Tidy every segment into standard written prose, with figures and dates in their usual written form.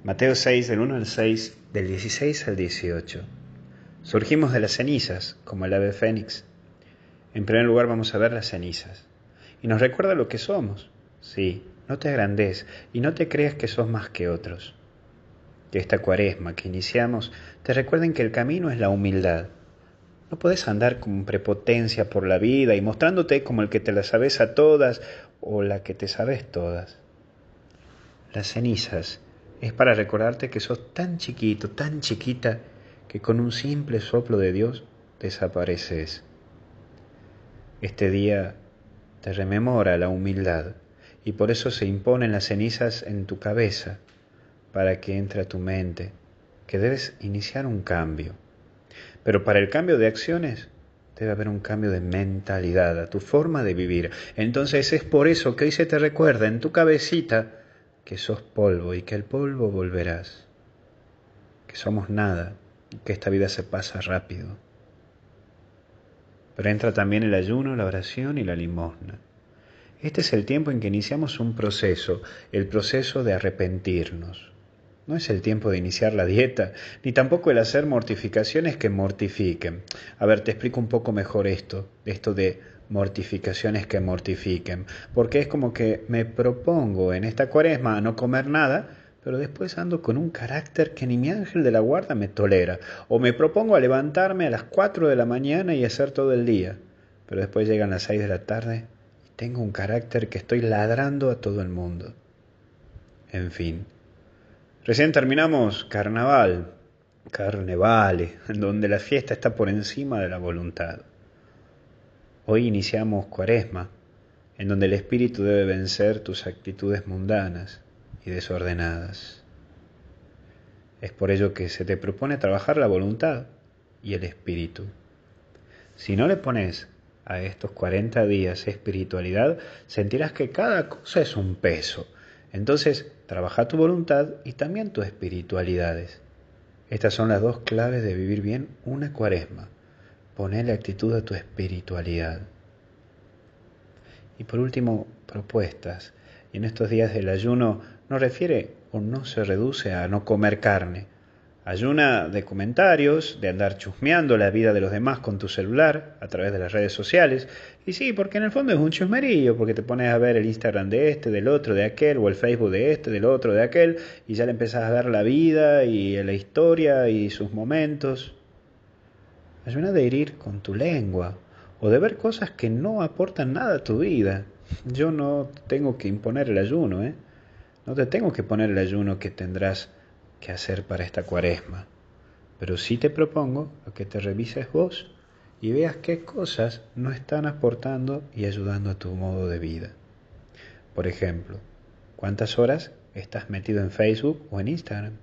Mateo 6, del 1 al 6, del 16 al 18. Surgimos de las cenizas, como el ave fénix. En primer lugar vamos a ver las cenizas. Y nos recuerda lo que somos. Sí, no te agrandes y no te creas que sos más que otros. Que esta cuaresma que iniciamos te recuerden que el camino es la humildad. No podés andar con prepotencia por la vida y mostrándote como el que te las sabes a todas o la que te sabes todas. Las cenizas es para recordarte que sos tan chiquito, tan chiquita, que con un simple soplo de Dios desapareces. Este día te rememora la humildad y por eso se imponen las cenizas en tu cabeza para que entre a tu mente que debes iniciar un cambio. Pero para el cambio de acciones debe haber un cambio de mentalidad, a tu forma de vivir. Entonces es por eso que hoy se te recuerda en tu cabecita que sos polvo y que el polvo volverás, que somos nada y que esta vida se pasa rápido. Pero entra también el ayuno, la oración y la limosna. Este es el tiempo en que iniciamos un proceso, el proceso de arrepentirnos. No es el tiempo de iniciar la dieta, ni tampoco el hacer mortificaciones que mortifiquen. A ver, te explico un poco mejor esto de mortificaciones que mortifiquen, porque es como que me propongo en esta cuaresma a no comer nada, pero después ando con un carácter que ni mi ángel de la guarda me tolera, o me propongo a levantarme a las 4 de la mañana y hacer todo el día, pero después llegan las 6 de la tarde y tengo un carácter que estoy ladrando a todo el mundo. En fin. Recién terminamos Carnevale, en donde la fiesta está por encima de la voluntad. Hoy iniciamos Cuaresma, en donde el espíritu debe vencer tus actitudes mundanas y desordenadas. Es por ello que se te propone trabajar la voluntad y el espíritu. Si no le pones a estos 40 días espiritualidad, sentirás que cada cosa es un peso. Entonces, trabaja tu voluntad y también tus espiritualidades. Estas son las dos claves de vivir bien una cuaresma. Ponerle actitud a tu espiritualidad. Y por último, propuestas. Y en estos días del ayuno no refiere o no se reduce a no comer carne. Ayuna de comentarios, de andar chusmeando la vida de los demás con tu celular a través de las redes sociales. Y sí, porque en el fondo es un chusmerío, porque te pones a ver el Instagram de este, del otro, de aquel, o el Facebook de este, del otro, de aquel, y ya le empezás a ver la vida y la historia y sus momentos. Ayuna de herir con tu lengua, o de ver cosas que no aportan nada a tu vida. Yo no tengo que imponer el ayuno, ¿eh? No te tengo que poner el ayuno que tendrás que hacer para esta cuaresma, pero sí te propongo a que te revises vos y veas qué cosas no están aportando y ayudando a tu modo de vida. Por ejemplo, ¿cuántas horas estás metido en Facebook o en Instagram?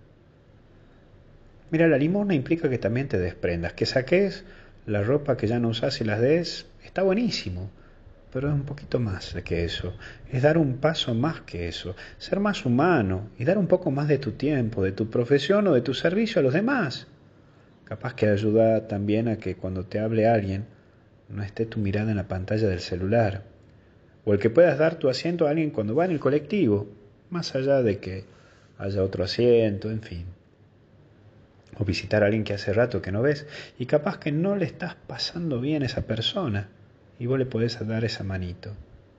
Mira, la limosna implica que también te desprendas, que saques la ropa que ya no usas y las des, está buenísimo. Pero es un poquito más que eso, es dar un paso más que eso, ser más humano y dar un poco más de tu tiempo, de tu profesión o de tu servicio a los demás. Capaz que ayuda también a que cuando te hable alguien no esté tu mirada en la pantalla del celular, o el que puedas dar tu asiento a alguien cuando va en el colectivo, más allá de que haya otro asiento, en fin. O visitar a alguien que hace rato que no ves y capaz que no le estás pasando bien a esa persona. Y vos le podés dar esa manito.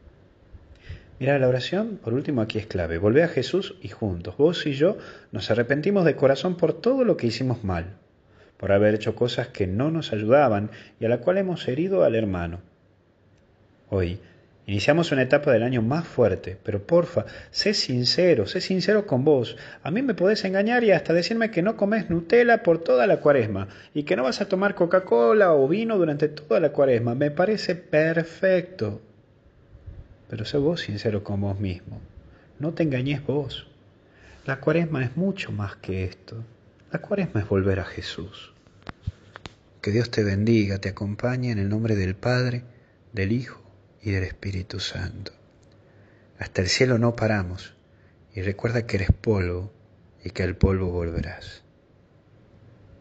Mira, la oración, por último, aquí es clave. Volvé a Jesús y juntos, vos y yo, nos arrepentimos de corazón por todo lo que hicimos mal, por haber hecho cosas que no nos ayudaban y a la cual hemos herido al hermano. Hoy iniciamos una etapa del año más fuerte, pero porfa, sé sincero con vos. A mí me podés engañar y hasta decirme que no comes Nutella por toda la cuaresma y que no vas a tomar Coca-Cola o vino durante toda la cuaresma. Me parece perfecto. Pero sé vos sincero con vos mismo. No te engañes vos. La cuaresma es mucho más que esto. La cuaresma es volver a Jesús. Que Dios te bendiga, te acompañe en el nombre del Padre, del Hijo y del Espíritu Santo. Hasta el cielo no paramos, y recuerda que eres polvo y que al polvo volverás.